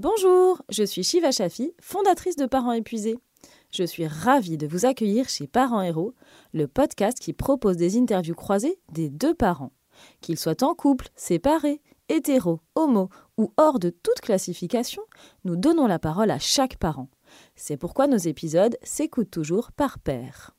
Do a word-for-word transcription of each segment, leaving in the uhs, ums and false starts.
Bonjour, je suis Shiva Shafi, fondatrice de Parents Épuisés. Je suis ravie de vous accueillir chez Parents Héros, le podcast qui propose des interviews croisées des deux parents. Qu'ils soient en couple, séparés, hétéros, homo ou hors de toute classification, nous donnons la parole à chaque parent. C'est pourquoi nos épisodes s'écoutent toujours par pair.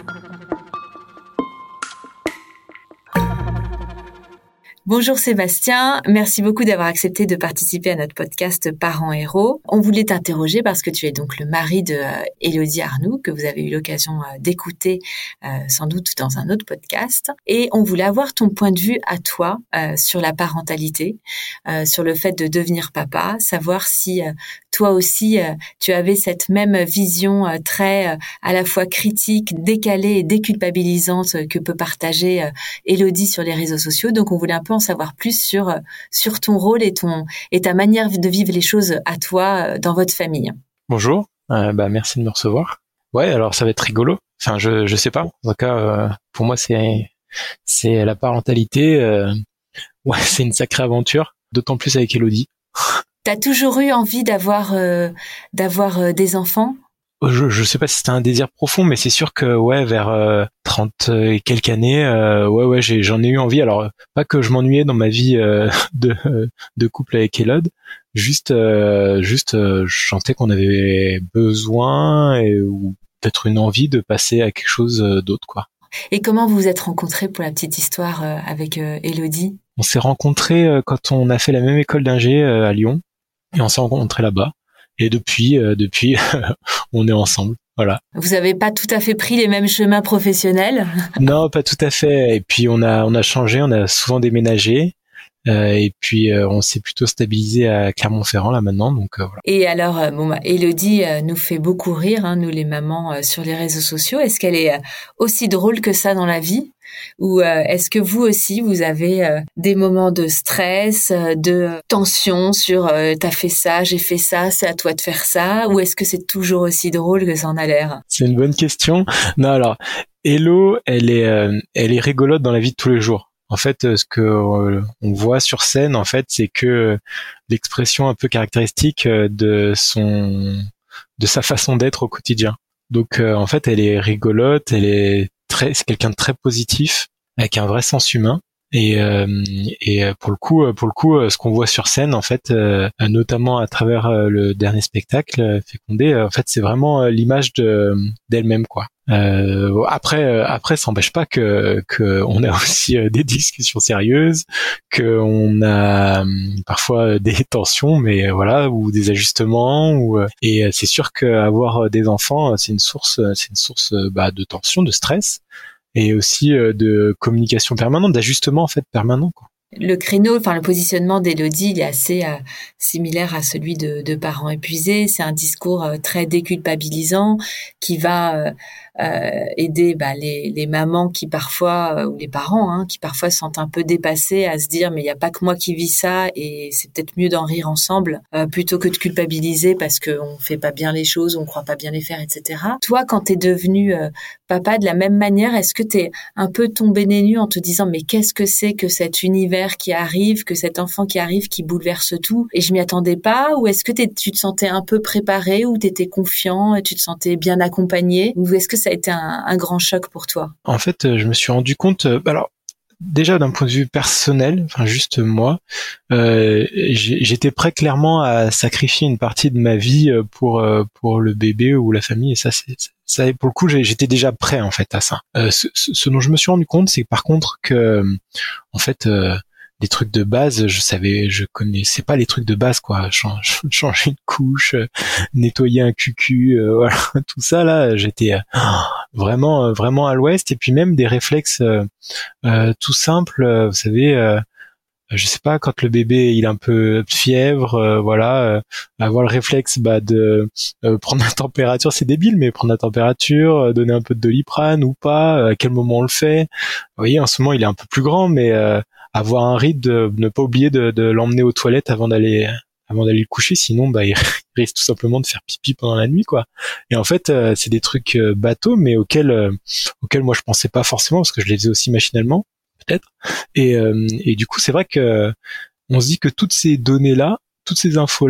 Bonjour Sébastien, merci beaucoup d'avoir accepté de participer à notre podcast Parents Héros. On voulait t'interroger parce que tu es donc le mari de euh, Élodie Arnoux, que vous avez eu l'occasion euh, d'écouter euh, sans doute dans un autre podcast. Et on voulait avoir ton point de vue à toi euh, sur la parentalité, euh, sur le fait de devenir papa, savoir si euh, toi aussi euh, tu avais cette même vision euh, très euh, à la fois critique, décalée et déculpabilisante euh, que peut partager euh, Élodie sur les réseaux sociaux. Donc on voulait un peu en savoir plus sur sur ton rôle et ton et ta manière de vivre les choses à toi dans votre famille. Bonjour, euh, bah merci de me recevoir. Ouais, alors ça va être rigolo. Enfin, je je sais pas. En tout cas, euh, pour moi c'est c'est la parentalité. Euh, ouais, c'est une sacrée aventure. D'autant plus avec Élodie. T'as toujours eu envie d'avoir euh, d'avoir euh, des enfants? Je, je sais pas si c'était un désir profond, mais c'est sûr que ouais, vers euh, trente et quelques années, euh, ouais ouais, j'ai, j'en ai eu envie. Alors pas que je m'ennuyais dans ma vie euh, de de couple avec Élode, juste euh, juste euh, je sentais qu'on avait besoin et, ou peut-être une envie de passer à quelque chose d'autre, quoi. Et comment vous vous êtes rencontrés pour la petite histoire euh, avec euh, Élodie? On s'est rencontrés euh, quand on a fait la même école d'ingé euh, à Lyon, et on s'est rencontrés là-bas. Et depuis, euh, depuis, on est ensemble. Voilà. Vous avez pas tout à fait pris les mêmes chemins professionnels? Non, pas tout à fait. Et puis on a, on a changé, on a souvent déménagé. Euh, et puis euh, on s'est plutôt stabilisé à Clermont-Ferrand là maintenant. Donc euh, voilà. Et alors, euh, bon, bah, Élodie euh, nous fait beaucoup rire, hein, nous les mamans euh, sur les réseaux sociaux. Est-ce qu'elle est euh, aussi drôle que ça dans la vie? Ou euh, est-ce que vous aussi, vous avez euh, des moments de stress, euh, de tension sur euh, t'as fait ça, j'ai fait ça, c'est à toi de faire ça? Ou est-ce que c'est toujours aussi drôle que ça en a l'air? C'est une bonne question. Non, alors, Hello, elle est, euh, elle est rigolote dans la vie de tous les jours. En fait, ce que euh, on voit sur scène, en fait, c'est que l'expression un peu caractéristique de son, de sa façon d'être au quotidien. Donc, euh, en fait, elle est rigolote, elle est très, c'est quelqu'un de très positif, avec un vrai sens humain. Et, euh, et pour le coup, pour le coup, ce qu'on voit sur scène, en fait, euh, notamment à travers le dernier spectacle Fécondé, en fait, c'est vraiment l'image de d'elle-même, quoi. Euh, après, après, ça n'empêche pas que que on a aussi des discussions sérieuses, que on a parfois des tensions, mais voilà, ou des ajustements. Ou et c'est sûr qu'avoir des enfants, c'est une source, c'est une source bah, de tension, de stress. Et aussi euh, de communication permanente, d'ajustement en fait permanent, quoi. Le créneau, enfin le positionnement d'Élodie, il est assez euh, similaire à celui de, de Parents Épuisés. C'est un discours euh, très déculpabilisant qui va euh, euh, aider bah, les, les mamans qui parfois, euh, ou les parents, hein, qui parfois se sentent un peu dépassés à se dire mais il n'y a pas que moi qui vis ça et c'est peut-être mieux d'en rire ensemble euh, plutôt que de culpabiliser parce qu'on fait pas bien les choses, on croit pas bien les faire, et cetera. Toi, quand t'es devenu euh, papa de la même manière, est-ce que t'es un peu tombé des nues en te disant mais qu'est-ce que c'est que cet univers qui arrive, que cet enfant qui arrive, qui bouleverse tout, et je m'y attendais pas? Ou est-ce que tu te sentais un peu préparé, ou t'étais confiant et tu te sentais bien accompagné, ou est-ce que ça a été un, un grand choc pour toi? En fait, je me suis rendu compte, alors déjà d'un point de vue personnel, enfin juste moi, euh, j'étais prêt clairement à sacrifier une partie de ma vie pour pour le bébé ou la famille, et ça c'est ça, pour le coup j'étais déjà prêt en fait à ça. Euh, ce, ce dont je me suis rendu compte, c'est par contre que en fait euh, les trucs de base, je savais, je connaissais pas les trucs de base, quoi. Change, changer une couche, euh, nettoyer un cucu, euh, voilà, tout ça là, j'étais euh, vraiment, euh, vraiment à l'ouest. Et puis même des réflexes euh, euh, tout simples, euh, vous savez, euh, je sais pas, quand le bébé il a un peu de fièvre, euh, voilà, euh, avoir le réflexe bah de euh, prendre la température, c'est débile, mais prendre la température, euh, donner un peu de Doliprane ou pas, euh, à quel moment on le fait. Vous voyez, en ce moment il est un peu plus grand, mais euh, avoir un rythme de ne pas oublier de, de l'emmener aux toilettes avant d'aller avant d'aller le coucher, sinon bah il risque tout simplement de faire pipi pendant la nuit, quoi. Et en fait euh, c'est des trucs euh, bateaux, mais auxquels euh, auxquels moi je pensais pas forcément parce que je les faisais aussi machinalement peut-être. Et euh, et du coup c'est vrai que on se dit que toutes ces données là, toutes ces infos là,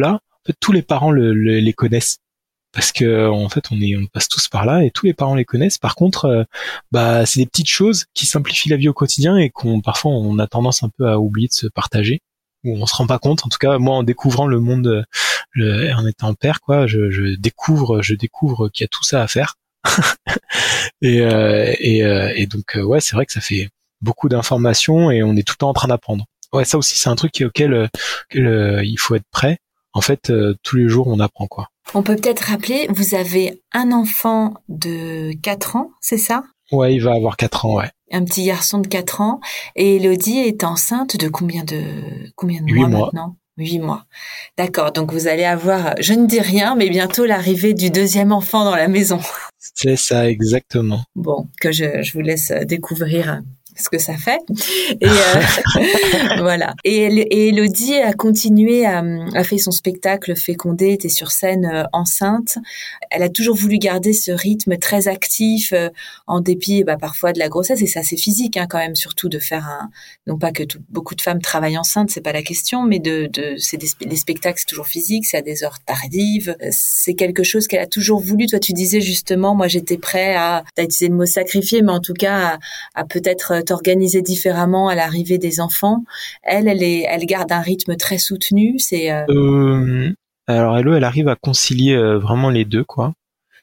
en fait, tous les parents le, le, les connaissent. Parce que en fait on est on passe tous par là et tous les parents les connaissent. Par contre euh, bah c'est des petites choses qui simplifient la vie au quotidien et qu'on parfois on a tendance un peu à oublier de se partager, ou on se rend pas compte. En tout cas moi, en découvrant le monde, le, en étant père quoi, je, je découvre je découvre qu'il y a tout ça à faire. et, euh, et euh, et donc euh, ouais, c'est vrai que ça fait beaucoup d'informations et on est tout le temps en train d'apprendre. Ouais, ça aussi c'est un truc auquel, auquel euh, il faut être prêt. En fait, euh, tous les jours on apprend quoi. On peut peut-être rappeler, vous avez un enfant de quatre ans, c'est ça? Ouais, il va avoir quatre ans, ouais. Un petit garçon de quatre ans. Et Elodie est enceinte de combien de, combien de mois, mois maintenant? Huit mois. D'accord. Donc vous allez avoir, je ne dis rien, mais bientôt l'arrivée du deuxième enfant dans la maison. C'est ça, exactement. Bon, que je, je vous laisse découvrir ce que ça fait. Et euh, voilà. Et, et Elodie a continué à, a fait son spectacle Fécondé, était sur scène euh, enceinte. Elle a toujours voulu garder ce rythme très actif, euh, en dépit bah, parfois de la grossesse. Et c'est assez physique hein, quand même, surtout de faire un. Non pas que tout, beaucoup de femmes travaillent enceintes, c'est pas la question, mais de, de c'est des, les spectacles c'est toujours physique, c'est à des heures tardives. C'est quelque chose qu'elle a toujours voulu. Toi, tu disais justement, moi j'étais prêt à, t'as utilisé le mot sacrifier, mais en tout cas à, à peut-être t'organiser différemment à l'arrivée des enfants. Elle, elle est, elle garde un rythme très soutenu. C'est. Euh... Euh, alors Hello, elle arrive à concilier euh, vraiment les deux, quoi.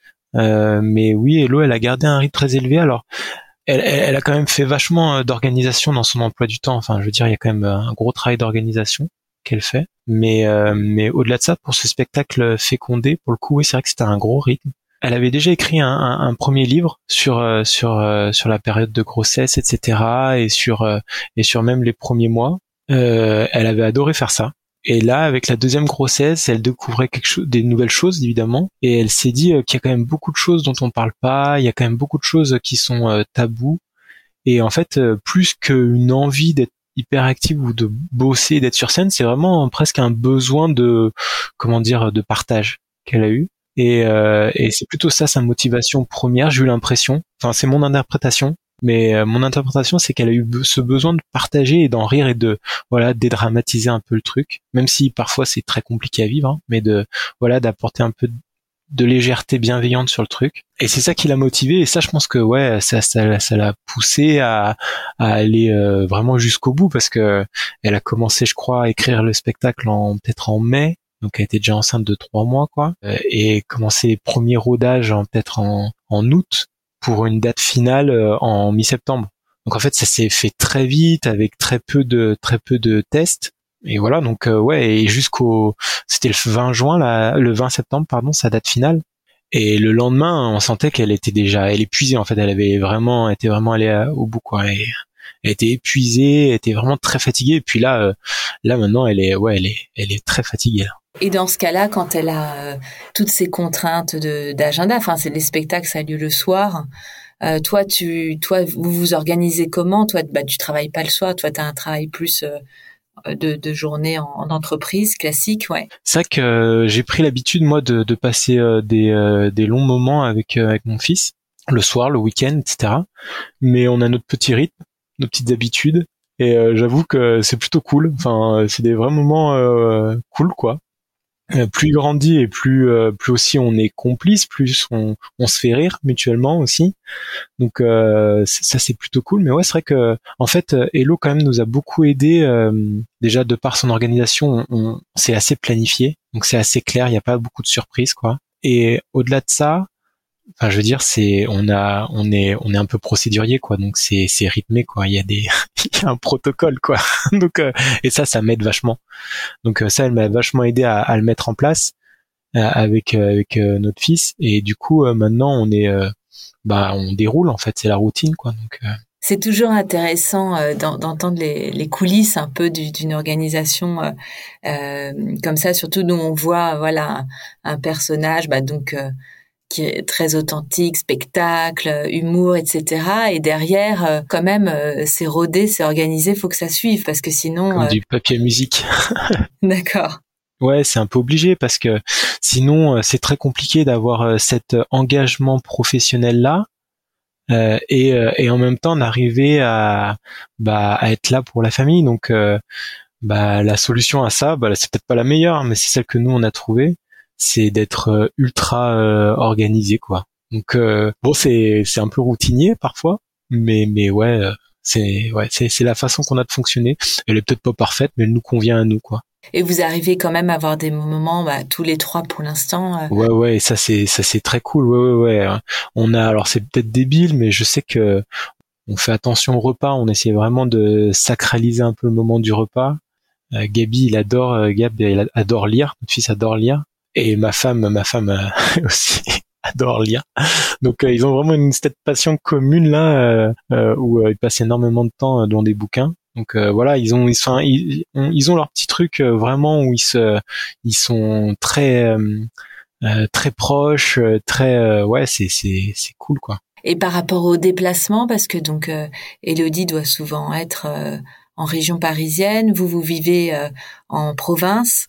Euh, mais oui, Hello, elle a gardé un rythme très élevé. Alors, elle, elle, elle a quand même fait vachement d'organisation dans son emploi du temps. Enfin, je veux dire, il y a quand même un gros travail d'organisation qu'elle fait. Mais, euh, mais au-delà de ça, pour ce spectacle Fécondé, pour le coup, oui, c'est vrai que c'était un gros rythme. Elle avait déjà écrit un, un, un premier livre sur euh, sur euh, sur la période de grossesse, et cetera, et sur euh, et sur même les premiers mois. Euh, elle avait adoré faire ça. Et là, avec la deuxième grossesse, elle découvrait quelque chose, des nouvelles choses évidemment, et elle s'est dit euh, qu'il y a quand même beaucoup de choses dont on parle pas. Il y a quand même beaucoup de choses qui sont euh, tabous. Et en fait, euh, plus qu'une envie d'être hyper active ou de bosser, d'être sur scène, c'est vraiment presque un besoin de comment dire de partage qu'elle a eu. Et, euh, et c'est plutôt ça sa motivation première, j'ai eu l'impression. Enfin, c'est mon interprétation, mais euh, mon interprétation, c'est qu'elle a eu be- ce besoin de partager et d'en rire et de voilà dédramatiser un peu le truc, même si parfois c'est très compliqué à vivre, hein, mais de voilà d'apporter un peu de, de légèreté bienveillante sur le truc. Et c'est ça qui l'a motivée. Et ça, je pense que ouais, ça, ça, ça l'a poussée à, à aller euh, vraiment jusqu'au bout, parce que elle a commencé, je crois, à écrire le spectacle en peut-être en mai. Donc elle était déjà enceinte de trois mois, quoi, euh, et commencer les premiers rodages en peut-être en, en août pour une date finale euh, en mi-septembre. Donc en fait ça s'est fait très vite avec très peu de très peu de tests. Et voilà, donc euh, ouais, et jusqu'au c'était le vingt juin là, le vingt septembre pardon, sa date finale. Et le lendemain, on sentait qu'elle était déjà elle épuisée en fait, elle avait vraiment était vraiment allée à, au bout quoi. Et, elle était épuisée, elle était vraiment très fatiguée. Et puis là, euh, là maintenant, elle est, ouais, elle est, elle est très fatiguée là. Et dans ce cas-là, quand elle a euh, toutes ces contraintes de d'agenda, enfin, c'est les spectacles, ça a lieu le soir. Euh, toi, tu, toi, vous vous organisez comment? Toi, bah, tu travailles pas le soir. Toi, t'as un travail plus euh, de, de journée en, en entreprise classique, ouais. C'est vrai que euh, j'ai pris l'habitude moi de, de passer euh, des, euh, des longs moments avec euh, avec mon fils, le soir, le week-end, et cetera. Mais on a notre petit rythme, nos petites habitudes, et euh, j'avoue que c'est plutôt cool. Enfin, c'est des vrais moments euh, cool, quoi. Euh, plus il grandit et plus euh, plus aussi on est complice, plus on, on se fait rire mutuellement aussi. Donc euh, ça c'est plutôt cool. Mais ouais, c'est vrai que en fait Hello quand même nous a beaucoup aidé, euh, déjà de par son organisation, on, on c'est assez planifié, donc c'est assez clair, il n'y a pas beaucoup de surprises quoi. Et au-delà de ça, enfin je veux dire c'est on a on est on est un peu procédurier quoi, donc c'est c'est rythmé quoi, il y a des il y a un protocole quoi. Donc euh, et ça ça m'aide vachement. Donc euh, ça elle m'a vachement aidé à, à le mettre en place euh, avec euh, avec euh, notre fils, et du coup euh, maintenant on est euh, bah on déroule en fait, c'est la routine quoi. Donc euh... c'est toujours intéressant euh, d'entendre les, les coulisses un peu du, d'une organisation euh, euh, comme ça, surtout nous on voit voilà un, un personnage bah donc euh, qui est très authentique, spectacle, humour, et cetera. Et derrière, euh, quand même, euh, c'est rodé, c'est organisé, faut que ça suive, parce que sinon... Comme euh... du papier à musique. D'accord. Ouais, c'est un peu obligé, parce que sinon, euh, c'est très compliqué d'avoir euh, cet engagement professionnel-là, euh, et, euh, et en même temps d'arriver à, bah, à être là pour la famille. Donc, euh, Bah la solution à ça, bah c'est peut-être pas la meilleure, mais c'est celle que nous on a trouvée, c'est d'être euh, ultra euh, organisé quoi. Donc euh, bon c'est c'est un peu routinier parfois, mais mais ouais euh, c'est ouais c'est c'est la façon qu'on a de fonctionner. Elle est peut-être pas parfaite, mais elle nous convient à nous quoi. Et vous arrivez quand même à avoir des moments, bah, tous les trois pour l'instant. Euh... Ouais ouais, et ça c'est ça c'est très cool. Ouais ouais ouais. On a alors c'est peut-être débile, mais je sais que on fait attention au repas. On essaie vraiment de sacraliser un peu le moment du repas. Euh, Gabi, il adore, euh, Gab, il adore lire. Notre fils adore lire, et ma femme, ma femme euh, aussi adore lire. Donc euh, ils ont vraiment une cette passion commune là, euh, euh, où euh, ils passent énormément de temps euh, dans des bouquins. Donc euh, voilà, ils ont ils sont ils, ils ont leur petit truc euh, vraiment où ils se ils sont très euh, euh, très proches, euh, très euh, ouais c'est c'est c'est cool quoi. Et par rapport au déplacement, parce que donc euh, Élodie doit souvent être euh, en région parisienne, vous vous vivez euh, en province.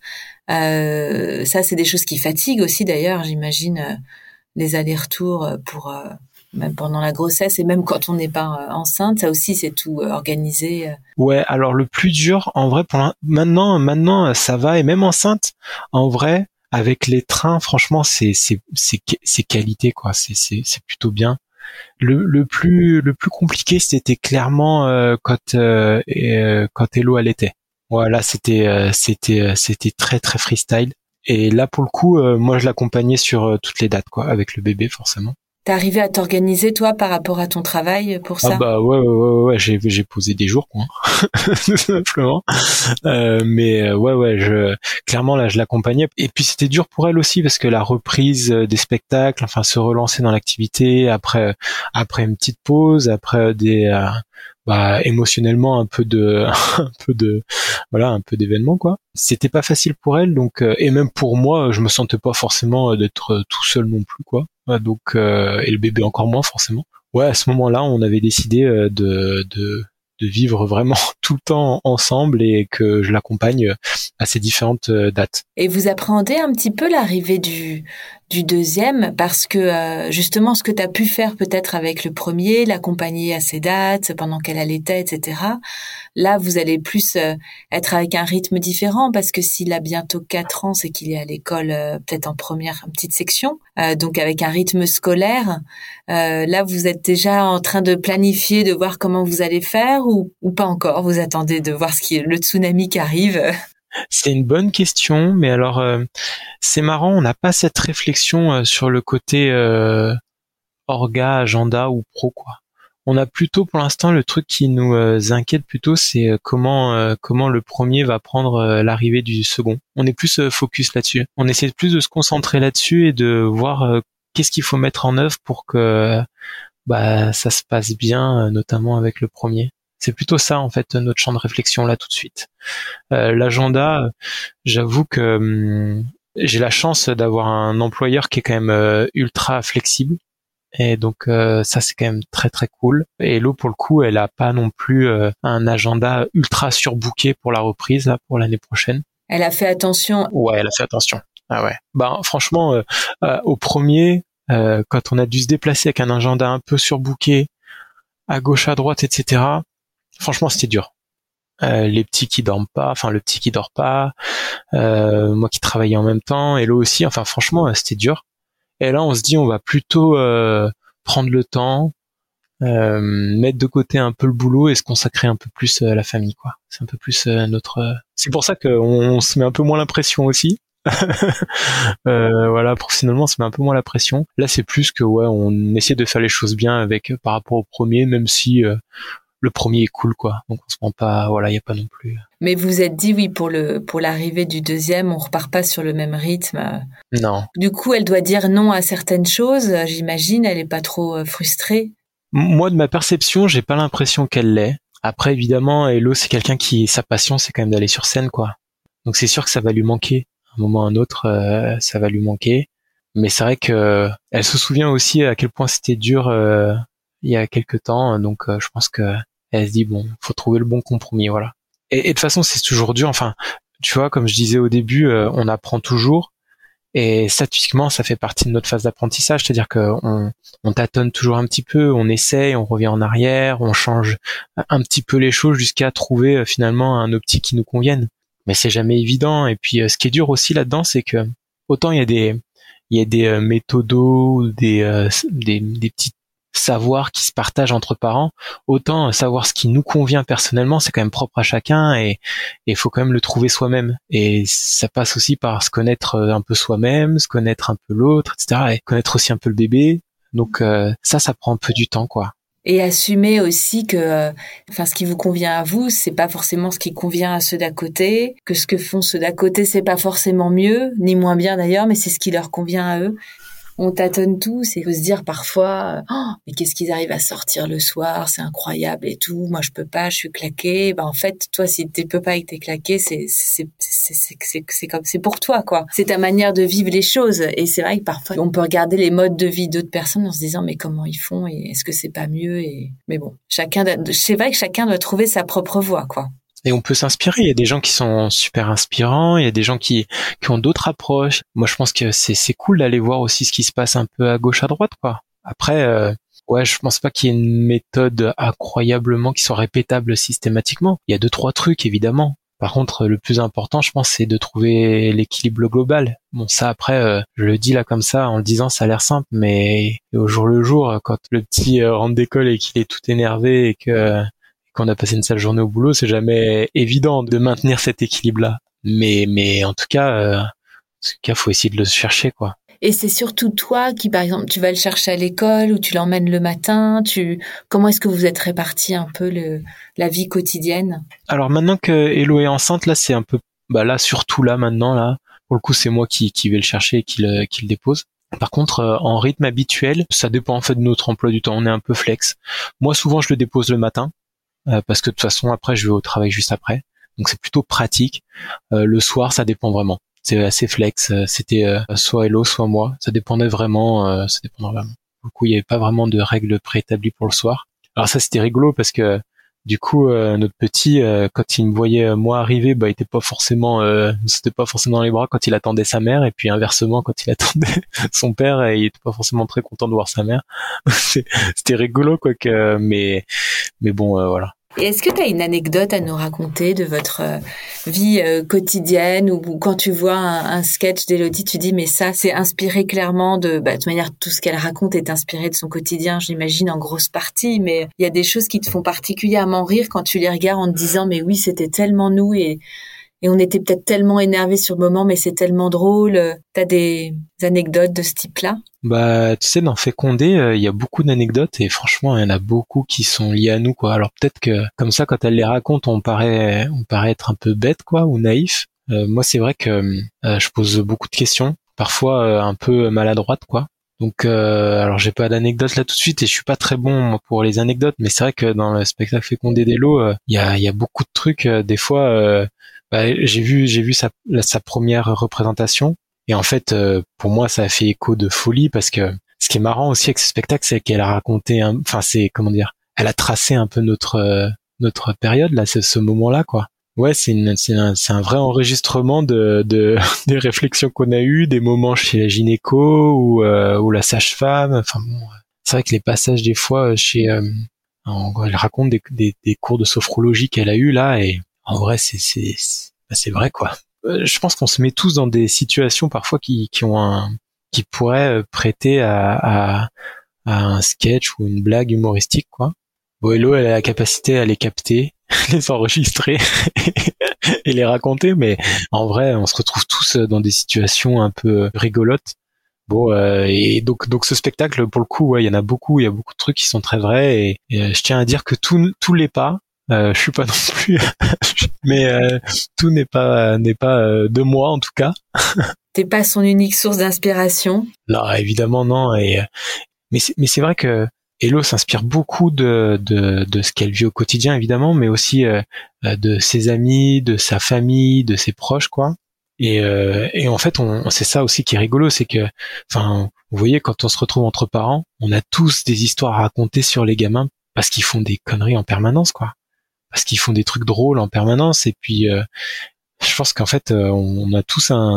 Euh, ça, c'est des choses qui fatiguent aussi d'ailleurs, j'imagine, euh, les allers-retours pour euh, même pendant la grossesse et même quand on n'est pas euh, enceinte. Ça aussi, c'est tout euh, organisé. Euh. Ouais, alors le plus dur, en vrai, pour maintenant, maintenant, ça va, et même enceinte, en vrai, avec les trains, franchement, c'est c'est c'est c'est qualité quoi, c'est c'est c'est plutôt bien. Le, le plus le plus compliqué c'était clairement euh, quand euh, euh, quand Hello allaitait. Voilà, c'était euh, c'était euh, c'était très très freestyle, et là pour le coup euh, moi je l'accompagnais sur euh, toutes les dates quoi, avec le bébé forcément. T'es arrivé à t'organiser toi par rapport à ton travail pour ça? Ah bah ouais ouais ouais, ouais j'ai j'ai posé des jours quoi, tout simplement. Euh, mais ouais ouais je clairement là je l'accompagnais, et puis c'était dur pour elle aussi parce que la reprise des spectacles, enfin se relancer dans l'activité après après une petite pause, après des euh, bah émotionnellement un peu de un peu de voilà un peu d'événements quoi. C'était pas facile pour elle, donc euh, et même pour moi je me sentais pas forcément d'être tout seul non plus quoi. Donc euh, et le bébé encore moins forcément. Ouais, à ce moment-là, on avait décidé euh, de de de vivre vraiment tout le temps ensemble, et que je l'accompagne à ces différentes dates. Et vous appréhendez un petit peu l'arrivée du du deuxième, parce que euh, justement ce que tu as pu faire peut-être avec le premier, l'accompagner à ses dates pendant qu'elle allaitait, et cetera. Là, vous allez plus euh, être avec un rythme différent, parce que s'il a bientôt quatre ans, c'est qu'il est à l'école euh, peut-être en première en petite section, euh, donc avec un rythme scolaire. Euh, là, vous êtes déjà en train de planifier, de voir comment vous allez faire, ou, ou pas encore? Vous attendez de voir ce qui est le tsunami qui arrive? C'est une bonne question, mais alors euh, c'est marrant, on n'a pas cette réflexion euh, sur le côté euh, orga, agenda ou pro quoi. On a plutôt pour l'instant le truc qui nous euh, inquiète plutôt, c'est euh, comment euh, comment le premier va prendre euh, l'arrivée du second. On est plus euh, focus là-dessus. On essaie plus de se concentrer là-dessus et de voir euh, qu'est-ce qu'il faut mettre en œuvre pour que bah ça se passe bien, euh, notamment avec le premier. C'est plutôt ça en fait notre champ de réflexion là tout de suite. Euh, l'agenda, j'avoue que hum, j'ai la chance d'avoir un employeur qui est quand même euh, ultra flexible, et donc euh, ça c'est quand même très très cool. Et Hello pour le coup, elle a pas non plus euh, un agenda ultra surbooké pour la reprise là pour l'année prochaine. Elle a fait attention. Ouais, elle a fait attention. Ah ouais. Bah franchement, euh, euh, au premier, euh, quand on a dû se déplacer avec un agenda un peu surbooké, à gauche à droite, et cetera. Franchement, c'était dur. Euh, les petits qui dorment pas, enfin le petit qui dort pas, euh, moi qui travaillais en même temps, Hello aussi, enfin franchement c'était dur. Et là on se dit on va plutôt euh, prendre le temps, euh, mettre de côté un peu le boulot et se consacrer un peu plus à la famille quoi. C'est un peu plus euh, notre. Euh... C'est pour ça qu'on on se met un peu moins la pression aussi. euh, voilà, professionnellement on se met un peu moins la pression. Là c'est plus que ouais on essaie de faire les choses bien avec par rapport au premier, même si euh, le premier est cool quoi, donc on se prend pas, voilà, il y a pas non plus. Mais vous vous êtes dit oui pour le pour l'arrivée du deuxième, on repart pas sur le même rythme. Non. Du coup, elle doit dire non à certaines choses, j'imagine, elle est pas trop frustrée. Moi de ma perception, j'ai pas l'impression qu'elle l'est. Après évidemment, Hello c'est quelqu'un qui sa passion c'est quand même d'aller sur scène quoi. Donc c'est sûr que ça va lui manquer. À un moment ou à un autre, euh, ça va lui manquer. Mais c'est vrai que elle se souvient aussi à quel point c'était dur euh, il y a quelques temps, donc euh, je pense que elle se dit bon, faut trouver le bon compromis, voilà. Et, et de toute façon, c'est toujours dur. Enfin, tu vois, comme je disais au début, euh, on apprend toujours. Et statistiquement, ça fait partie de notre phase d'apprentissage, c'est-à-dire qu'on on tâtonne toujours un petit peu, on essaye, on revient en arrière, on change un petit peu les choses jusqu'à trouver euh, finalement un optique qui nous convienne. Mais c'est jamais évident. Et puis, euh, ce qui est dur aussi là-dedans, c'est que autant il y a des il y a des euh, méthodos, des, euh, des des petits savoirs qui se partagent entre parents, autant savoir ce qui nous convient personnellement, c'est quand même propre à chacun et il faut quand même le trouver soi-même. Et ça passe aussi par se connaître un peu soi-même, se connaître un peu l'autre, et cetera. Et connaître aussi un peu le bébé. Donc euh, ça, ça prend un peu du temps, quoi. Et assumer aussi que, enfin, ce qui vous convient à vous, c'est pas forcément ce qui convient à ceux d'à côté, que ce que font ceux d'à côté, c'est pas forcément mieux, ni moins bien d'ailleurs, mais c'est ce qui leur convient à eux. On tâtonne tous et faut se dire parfois oh, mais qu'est-ce qu'ils arrivent à sortir le soir, c'est incroyable et tout, moi je peux pas, je suis claquée. Ben en fait toi si tu peux pas et que t'es claquée, c'est c'est c'est c'est c'est c'est comme c'est pour toi quoi. C'est ta manière de vivre les choses et c'est vrai que parfois on peut regarder les modes de vie d'autres personnes en se disant mais comment ils font et est-ce que c'est pas mieux et mais bon, chacun c'est vrai que chacun doit trouver sa propre voie quoi. Et on peut s'inspirer. Il y a des gens qui sont super inspirants. Il y a des gens qui, qui ont d'autres approches. Moi, je pense que c'est, c'est cool d'aller voir aussi ce qui se passe un peu à gauche, à droite, quoi. Après, euh, ouais, je pense pas qu'il y ait une méthode incroyablement qui soit répétable systématiquement. Il y a deux, trois trucs, évidemment. Par contre, le plus important, je pense, c'est de trouver l'équilibre global. Bon, ça, après, euh, je le dis là comme ça, en le disant, ça a l'air simple, mais au jour le jour, quand le petit euh, rentre d'école et qu'il est tout énervé et que quand on a passé une sale journée au boulot, c'est jamais évident de maintenir cet équilibre-là. Mais, mais en tout cas, euh, en tout cas, faut essayer de le chercher, quoi. Et c'est surtout toi qui, par exemple, tu vas le chercher à l'école ou tu l'emmènes le matin. Tu, comment est-ce que vous êtes répartis un peu le, la vie quotidienne? Alors maintenant que Hello est enceinte, là, c'est un peu, bah là, surtout là, maintenant, là, pour le coup, c'est moi qui, qui vais le chercher et qui le, qui le dépose. Par contre, euh, en rythme habituel, ça dépend en fait de notre emploi du temps. On est un peu flex. Moi, souvent, je le dépose le matin. Euh, parce que de toute façon après je vais au travail juste après, donc c'est plutôt pratique. Euh, le soir ça dépend vraiment, c'est assez flex. Euh, c'était euh, soit Hello soit moi, ça dépendait vraiment, euh, ça dépendait vraiment. Du coup il n'y avait pas vraiment de règles préétablies pour le soir. Alors ça c'était rigolo parce que du coup euh, notre petit euh, quand il me voyait euh, moi arriver, bah il était pas forcément euh, c'était pas forcément dans les bras quand il attendait sa mère, et puis inversement quand il attendait son père, il était pas forcément très content de voir sa mère. C'était rigolo quoi que mais mais bon euh, voilà. Et est-ce que tu as une anecdote à nous raconter de votre euh, vie euh, quotidienne ou, ou quand tu vois un, un sketch d'Élodie, tu dis mais ça c'est inspiré clairement de, bah, de toute manière tout ce qu'elle raconte est inspiré de son quotidien, j'imagine en grosse partie, mais il y a des choses qui te font particulièrement rire quand tu les regardes en te disant mais oui c'était tellement nous et et on était peut-être tellement énervés sur le moment mais c'est tellement drôle. T'as des anecdotes de ce type-là? Bah, tu sais, dans Fécondé, il euh, y a beaucoup d'anecdotes et franchement, il y en a beaucoup qui sont liées à nous, quoi. Alors peut-être que comme ça, quand elle les raconte, on paraît, on paraît être un peu bête, quoi, ou naïf. Euh, moi, c'est vrai que euh, je pose beaucoup de questions, parfois euh, un peu maladroites, quoi. Donc, euh, alors j'ai pas d'anecdotes là tout de suite et je suis pas très bon moi, pour les anecdotes, mais c'est vrai que dans le spectacle Fécondé d'Elo, il euh, y a, il y a beaucoup de trucs. Euh, des fois, euh, bah, j'ai vu, j'ai vu sa, la, sa première représentation. Et en fait, euh, pour moi, ça a fait écho de folie parce que ce qui est marrant aussi avec ce spectacle, c'est qu'elle a raconté, un, enfin, c'est comment dire, elle a tracé un peu notre euh, notre période là, ce, ce moment-là, quoi. Ouais, c'est une, c'est un, c'est un vrai enregistrement de, de des réflexions qu'on a eues, des moments chez la gynéco ou euh, ou la sage-femme. Enfin bon, c'est vrai que les passages des fois chez, euh, en, elle raconte des, des des cours de sophrologie qu'elle a eu là et en vrai, c'est c'est c'est, c'est vrai quoi. Je pense qu'on se met tous dans des situations parfois qui, qui ont un, qui pourraient prêter à, à, à un sketch ou une blague humoristique, quoi. Bon, Hello, elle a la capacité à les capter, les enregistrer et les raconter, mais en vrai, on se retrouve tous dans des situations un peu rigolotes. Bon, euh, et donc, donc ce spectacle, pour le coup, ouais, il y en a beaucoup, il y a beaucoup de trucs qui sont très vrais, et, et je tiens à dire que tout, tous les pas, Euh, je suis pas non plus, mais euh, tout n'est pas n'est pas euh, de moi en tout cas. T'es pas son unique source d'inspiration? Non, évidemment non. Et mais c'est, mais c'est vrai que Hello s'inspire beaucoup de de de ce qu'elle vit au quotidien évidemment, mais aussi euh, de ses amis, de sa famille, de ses proches quoi. Et euh, et en fait on c'est ça aussi qui est rigolo, c'est que enfin vous voyez quand on se retrouve entre parents, on a tous des histoires à raconter sur les gamins parce qu'ils font des conneries en permanence quoi. Parce qu'ils font des trucs drôles en permanence et puis euh, je pense qu'en fait euh, on a tous un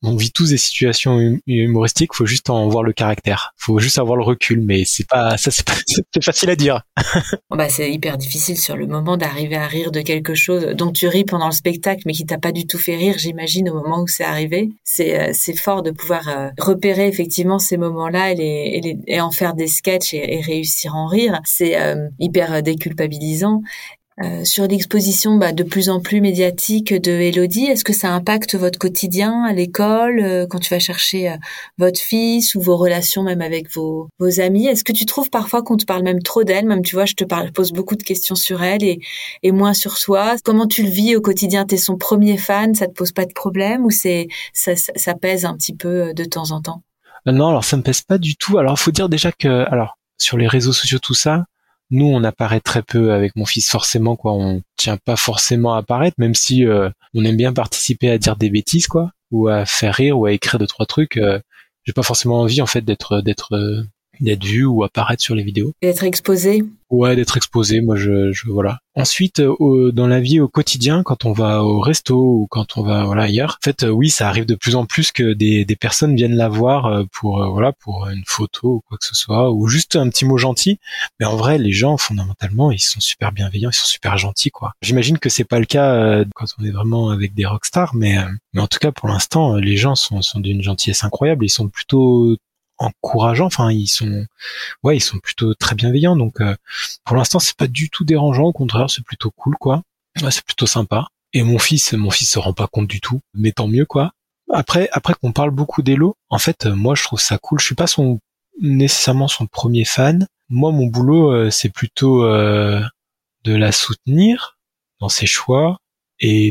on vit tous des situations hum- humoristiques, faut juste en voir le caractère, faut juste avoir le recul, mais c'est pas ça, c'est, pas, c'est facile à dire. Bah, c'est hyper difficile sur le moment d'arriver à rire de quelque chose dont tu ris pendant le spectacle, mais qui t'a pas du tout fait rire, j'imagine, au moment où c'est arrivé. C'est, euh, c'est fort de pouvoir euh, repérer effectivement ces moments-là et, les, et, les, et en faire des sketchs et, et réussir à en rire. C'est euh, hyper déculpabilisant. Euh, sur l'exposition bah, de plus en plus médiatique de Élodie, est-ce que ça impacte votre quotidien à l'école, euh, quand tu vas chercher euh, votre fils ou vos relations même avec vos, vos amis? Est-ce que tu trouves parfois qu'on te parle même trop d'elle? Même, tu vois, je te parle, pose beaucoup de questions sur elle et, et moins sur toi. Comment tu le vis au quotidien? T'es son premier fan, ça te pose pas de problème ou c'est ça, ça, ça pèse un petit peu de temps en temps? Euh, Non, alors ça me pèse pas du tout. Alors faut dire déjà que, alors sur les réseaux sociaux tout ça, nous on apparaît très peu avec mon fils forcément quoi. On tient pas forcément à apparaître, même si euh, on aime bien participer à dire des bêtises quoi, ou à faire rire ou à écrire deux trois trucs. Euh, j'ai pas forcément envie en fait d'être d'être euh, d'être vu ou apparaître sur les vidéos. Et être exposé? Ouais, d'être exposé, moi je, je voilà. Ensuite, euh, au, dans la vie au quotidien, quand on va au resto ou quand on va voilà ailleurs, en fait, euh, oui, ça arrive de plus en plus que des, des personnes viennent la voir euh, pour euh, voilà pour une photo ou quoi que ce soit, ou juste un petit mot gentil. Mais en vrai, les gens fondamentalement, ils sont super bienveillants, ils sont super gentils quoi. J'imagine que c'est pas le cas euh, quand on est vraiment avec des rockstars, mais euh, mais en tout cas pour l'instant, euh, les gens sont sont d'une gentillesse incroyable. Ils sont plutôt encourageants. Enfin, ils sont ouais, ils sont plutôt très bienveillants. Donc, euh, pour l'instant, c'est pas du tout dérangeant. Au contraire, c'est plutôt cool, quoi. Ouais, c'est plutôt sympa. Et mon fils, mon fils se rend pas compte du tout. Mais tant mieux, quoi. Après, après qu'on parle beaucoup d'Elo, en fait, euh, moi, je trouve ça cool. Je suis pas son nécessairement son premier fan. Moi, mon boulot, euh, c'est plutôt euh, de la soutenir dans ses choix et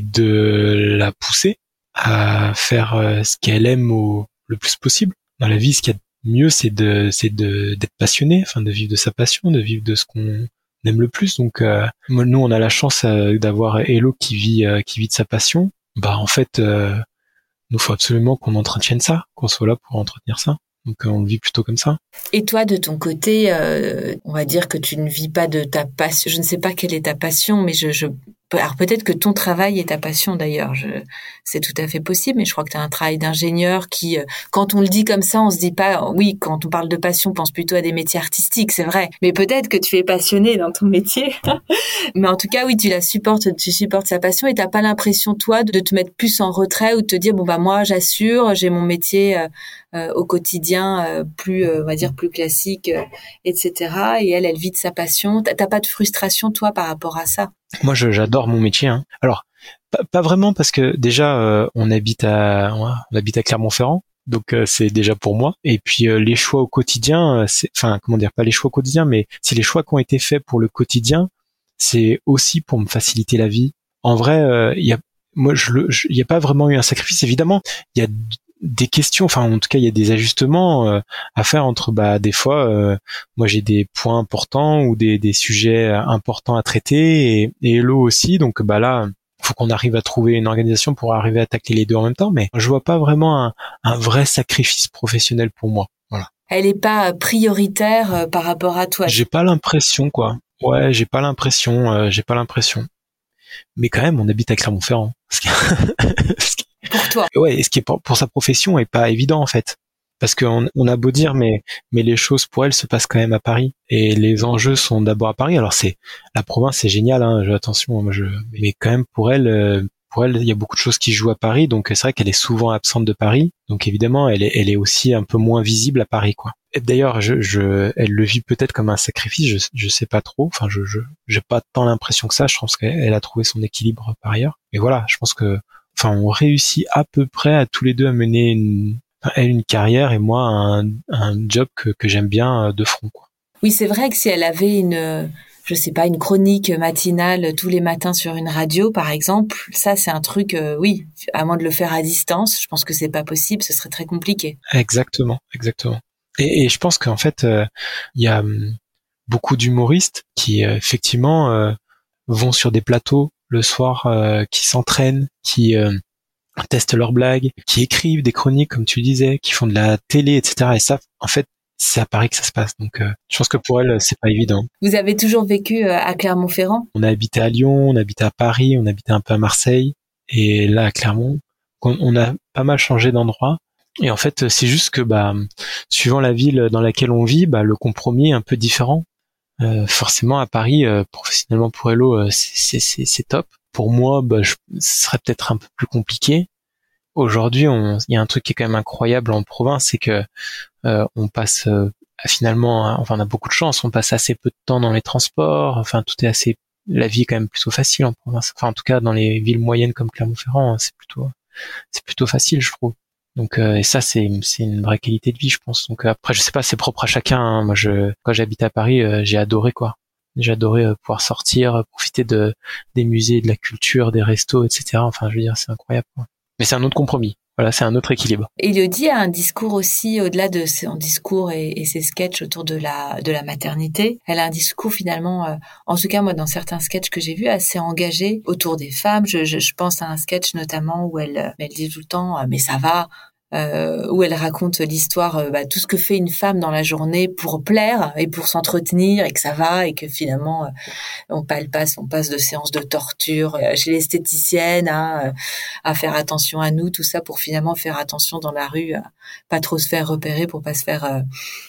de la pousser à faire euh, ce qu'elle aime au le plus possible dans la vie. Ce qu'il y a mieux, c'est de, c'est de, d'être passionné, enfin, de vivre de sa passion, de vivre de ce qu'on aime le plus. Donc, euh, nous, on a la chance euh, d'avoir Hello qui vit, euh, qui vit de sa passion. Bah, en fait, euh, nous, faut absolument qu'on entretienne ça, qu'on soit là pour entretenir ça. Donc, euh, on le vit plutôt comme ça. Et toi, de ton côté, euh, on va dire que tu ne vis pas de ta passion. Je ne sais pas quelle est ta passion, mais je, je alors peut-être que ton travail est ta passion d'ailleurs. Je, c'est tout à fait possible, mais je crois que tu as un travail d'ingénieur qui, quand on le dit comme ça, on se dit pas, oui, quand on parle de passion, on pense plutôt à des métiers artistiques, c'est vrai. Mais peut-être que tu es passionné dans ton métier. Mais en tout cas, oui, tu la supportes, tu supportes sa passion et t'as pas l'impression, toi, de te mettre plus en retrait ou de te dire, bon, bah, moi, j'assure, j'ai mon métier euh, euh, au quotidien euh, plus, euh, on va dire, plus classique, euh, et cetera. Et elle, elle vit de sa passion. T'as, t'as pas de frustration, toi, par rapport à ça? Moi, je, j'adore mon métier. Hein. Alors, pas, pas vraiment parce que déjà, euh, on habite à, on habite à Clermont-Ferrand, donc euh, c'est déjà pour moi. Et puis euh, les choix au quotidien, c'est, enfin, comment dire, pas les choix au quotidien, mais c'est les choix qui ont été faits pour le quotidien. C'est aussi pour me faciliter la vie. En vrai, il euh, y a, moi, je, il y a pas vraiment eu un sacrifice. Évidemment, il y a des questions, enfin en tout cas il y a des ajustements euh, à faire entre bah des fois euh, moi j'ai des points importants ou des, des sujets importants à traiter et, et Hello aussi, donc bah là faut qu'on arrive à trouver une organisation pour arriver à tacler les deux en même temps, mais je vois pas vraiment un, un vrai sacrifice professionnel pour moi. Voilà. Elle est pas prioritaire euh, par rapport à toi. J'ai pas l'impression quoi. Ouais, j'ai pas l'impression, euh, j'ai pas l'impression. Mais quand même on habite à Clermont-Ferrand. Pour toi. Ouais, et ce qui est pour, pour sa profession est pas évident en fait, parce qu'on on a beau dire, mais mais les choses pour elle se passent quand même à Paris et les enjeux sont d'abord à Paris. Alors c'est la province, c'est génial, hein, je, attention, moi je, mais quand même pour elle, pour elle, il y a beaucoup de choses qui se jouent à Paris, donc c'est vrai qu'elle est souvent absente de Paris, donc évidemment elle est elle est aussi un peu moins visible à Paris quoi. Et d'ailleurs, je, je, elle le vit peut-être comme un sacrifice, je, je sais pas trop. Enfin, je, je, j'ai pas tant l'impression que ça. Je pense qu'elle a trouvé son équilibre par ailleurs. Mais voilà, je pense que enfin, on réussit à peu près à tous les deux à mener une, elle une carrière et moi un, un job que, que j'aime bien de front, quoi. Oui, c'est vrai que si elle avait une, je sais pas, une chronique matinale tous les matins sur une radio, par exemple, ça c'est un truc, euh, oui, à moins de le faire à distance, je pense que c'est pas possible, ce serait très compliqué. Exactement, exactement. Et, et je pense qu'en fait, il euh, y a um, beaucoup d'humoristes qui euh, effectivement euh, vont sur des plateaux le soir, euh, qui s'entraînent, qui euh, testent leurs blagues, qui écrivent des chroniques, comme tu disais, qui font de la télé, et cetera. Et ça, en fait, c'est à Paris que ça se passe. Donc, euh, je pense que pour elle, c'est pas évident. Vous avez toujours vécu euh, à Clermont-Ferrand ? On a habité à Lyon, on a habité à Paris, on a habité un peu à Marseille, et là, à Clermont. qu'on on a pas mal changé d'endroit. Et en fait, c'est juste que bah, suivant la ville dans laquelle on vit, bah, le compromis est un peu différent. Euh, forcément, à Paris, euh, professionnellement pour Hello, euh, c'est, c'est, c'est top. Pour moi, bah, je, ce serait peut-être un peu plus compliqué. Aujourd'hui, il y a un truc qui est quand même incroyable en province, c'est que euh, on passe euh, finalement, hein, enfin, on a beaucoup de chance, on passe assez peu de temps dans les transports. Enfin, tout est assez, la vie est quand même plutôt facile en province. Enfin, en tout cas, dans les villes moyennes comme Clermont-Ferrand, c'est plutôt, c'est plutôt facile, je trouve. Donc euh, et ça c'est c'est une vraie qualité de vie, je pense. Donc euh, après je sais pas, c'est propre à chacun, hein. Moi je quand j'habite à Paris, euh, j'ai adoré quoi. J'ai adoré euh, pouvoir sortir, euh, profiter de des musées, de la culture, des restos, et cetera. Enfin je veux dire c'est incroyable quoi. Mais c'est un autre compromis. Voilà, c'est un autre équilibre. Élodie a un discours aussi, au-delà de son discours et, et ses sketchs autour de la de la maternité. Elle a un discours finalement, euh, en tout cas moi dans certains sketchs que j'ai vus, assez engagé autour des femmes. Je, je, je pense à un sketch notamment où elle, elle dit tout le temps euh, mais ça va. Euh, où elle raconte l'histoire, euh, bah, tout ce que fait une femme dans la journée pour plaire et pour s'entretenir et que ça va et que finalement euh, on passe, on passe de séances de torture euh, chez l'esthéticienne à, euh, à faire attention à nous, tout ça pour finalement faire attention dans la rue, à pas trop se faire repérer pour pas se faire euh,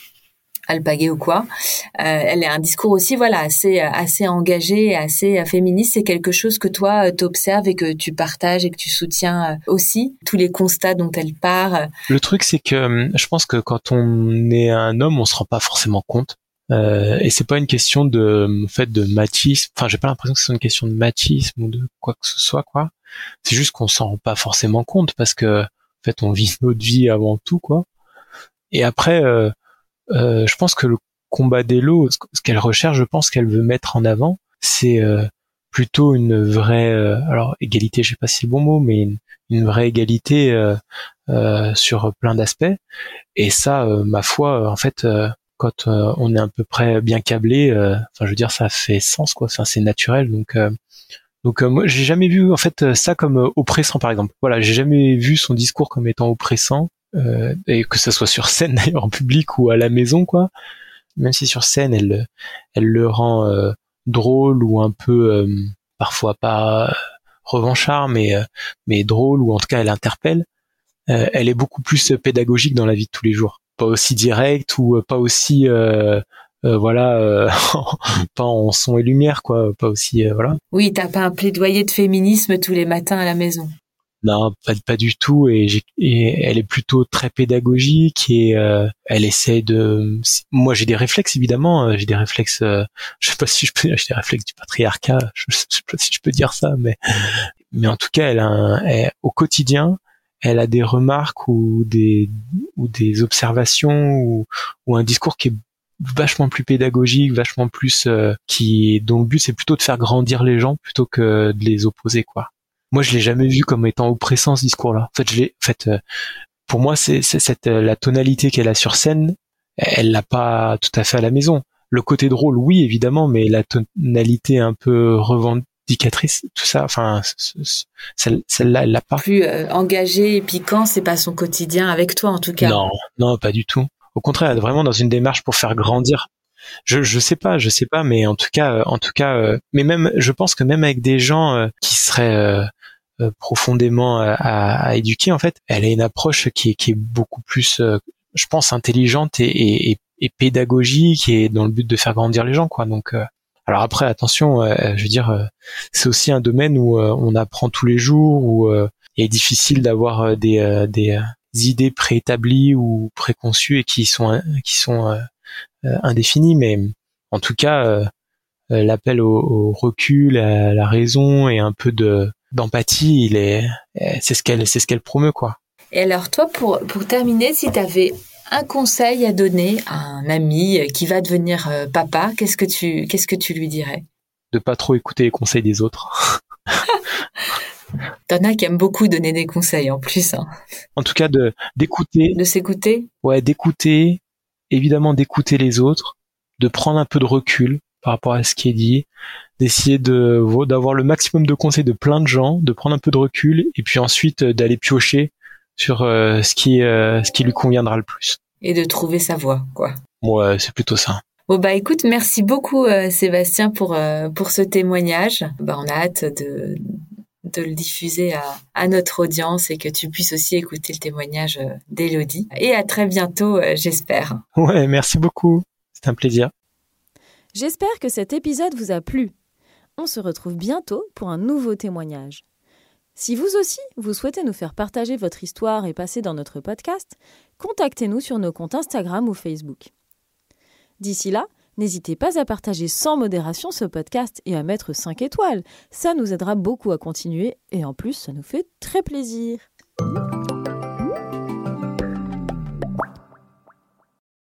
alpaguer ou quoi. Euh, elle a un discours aussi, voilà, assez assez engagé, assez féministe. C'est quelque chose que toi t'observes et que tu partages et que tu soutiens aussi. Tous les constats dont elle part. Le truc, c'est que je pense que quand on est un homme, on se rend pas forcément compte. Euh, et c'est pas une question de en fait de machisme. Enfin, j'ai pas l'impression que c'est une question de machisme ou de quoi que ce soit, quoi. C'est juste qu'on s'en rend pas forcément compte parce que en fait, on vit notre vie avant tout, quoi. Et après. Euh, Euh, je pense que le combat d'Elo, ce qu'elle recherche, je pense qu'elle veut mettre en avant, c'est euh, plutôt une vraie, euh, alors égalité, je sais pas si c'est le bon mot, mais une, une vraie égalité euh, euh, sur plein d'aspects. Et ça, euh, ma foi, en fait, euh, quand euh, on est à peu près bien câblé, euh, enfin, je veux dire, ça fait sens, quoi. Enfin, c'est naturel, donc. Euh, donc euh, moi, j'ai jamais vu en fait ça comme euh, oppressant, par exemple. Voilà, j'ai jamais vu son discours comme étant oppressant. Euh, et que ça soit sur scène d'ailleurs en public ou à la maison quoi, même si sur scène elle elle le rend euh, drôle ou un peu euh, parfois pas revanchard mais euh, mais drôle ou en tout cas elle interpelle, euh, elle est beaucoup plus pédagogique dans la vie de tous les jours, pas aussi directe ou pas aussi euh, euh, voilà euh, pas en son et lumière quoi, pas aussi euh, voilà. Oui, t'as pas un plaidoyer de féminisme tous les matins à la maison. Non, pas, pas du tout. Et, j'ai, et elle est plutôt très pédagogique et euh, elle essaie de. Moi, j'ai des réflexes évidemment. J'ai des réflexes. Euh, je sais pas si je peux dire. J'ai des réflexes du patriarcat. Je, je sais pas si je peux dire ça, mais mais en tout cas, elle a un, elle, au quotidien, elle a des remarques ou des ou des observations ou ou un discours qui est vachement plus pédagogique, vachement plus euh, qui dont le but c'est plutôt de faire grandir les gens plutôt que de les opposer quoi. Moi, je l'ai jamais vu comme étant oppressant ce discours-là. En fait, je l'ai. En fait, euh, pour moi, c'est, c'est cette la tonalité qu'elle a sur scène, elle l'a pas tout à fait à la maison. Le côté drôle, oui, évidemment, mais la tonalité un peu revendicatrice, tout ça, enfin, celle, celle-là, elle l'a pas. Plus euh, engagé et piquant, c'est pas son quotidien avec toi, en tout cas. Non, non, pas du tout. Au contraire, elle est vraiment dans une démarche pour faire grandir. Je je sais pas, je sais pas, mais en tout cas, euh, en tout cas, euh, mais même, je pense que même avec des gens euh, qui seraient euh, euh, profondément à, à éduquer, en fait, elle a une approche qui est qui est beaucoup plus, euh, je pense, intelligente et, et, et pédagogique et dans le but de faire grandir les gens, quoi. Donc, euh, alors après, attention, euh, je veux dire, euh, c'est aussi un domaine où euh, on apprend tous les jours, où euh, il est difficile d'avoir euh, des euh, des, euh, des idées préétablies ou préconçues et qui sont qui sont euh, Euh, indéfini, mais en tout cas, euh, l'appel au, au recul, à la raison et un peu de d'empathie, il est, c'est ce qu'elle, c'est ce qu'elle promeut, quoi. Et alors toi, pour pour terminer, si tu avais un conseil à donner à un ami qui va devenir euh, papa, qu'est-ce que tu qu'est-ce que tu lui dirais? De pas trop écouter les conseils des autres. T'en as qui aiment beaucoup donner des conseils en plus. Hein. En tout cas, de d'écouter. De s'écouter. Ouais, d'écouter. Évidemment d'écouter les autres, de prendre un peu de recul par rapport à ce qui est dit, d'essayer de d'avoir le maximum de conseils de plein de gens, de prendre un peu de recul et puis ensuite d'aller piocher sur euh, ce qui euh, ce qui lui conviendra le plus. Et de trouver sa voie, quoi. Ouais, c'est plutôt ça. Bon bah écoute, merci beaucoup euh, Sébastien pour euh, pour ce témoignage. Bah on a hâte de de le diffuser à, à notre audience et que tu puisses aussi écouter le témoignage d'Élodie. Et à très bientôt, j'espère. Ouais, merci beaucoup. C'est un plaisir. J'espère que cet épisode vous a plu. On se retrouve bientôt pour un nouveau témoignage. Si vous aussi, vous souhaitez nous faire partager votre histoire et passer dans notre podcast, contactez-nous sur nos comptes Instagram ou Facebook. D'ici là, n'hésitez pas à partager sans modération ce podcast et à mettre cinq étoiles. Ça nous aidera beaucoup à continuer et en plus, ça nous fait très plaisir.